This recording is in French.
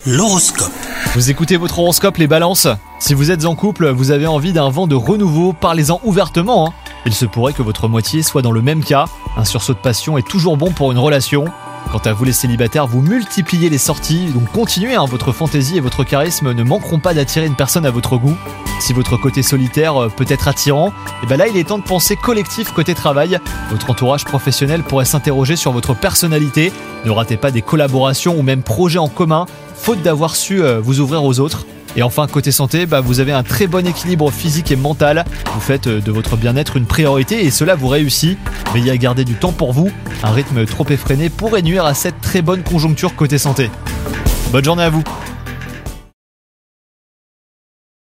L'horoscope. Vous écoutez votre horoscope les balances. Si vous êtes en couple, vous avez envie d'un vent de renouveau, parlez-en ouvertement. Il se pourrait que votre moitié soit dans le même cas. Un sursaut de passion est toujours bon pour une relation. Quant à vous les célibataires, vous multipliez les sorties, donc continuez, votre fantaisie et votre charisme ne manqueront pas d'attirer une personne à votre goût. Si votre côté solitaire peut être attirant, là il est temps de penser collectif côté travail. Votre entourage professionnel pourrait s'interroger sur votre personnalité. Ne ratez pas des collaborations ou même projets en commun, faute d'avoir su vous ouvrir aux autres. Et enfin, côté santé, vous avez un très bon équilibre physique et mental. Vous faites de votre bien-être une priorité et cela vous réussit. Veillez à garder du temps pour vous. Un rythme trop effréné pourrait nuire à cette très bonne conjoncture côté santé. Bonne journée à vous.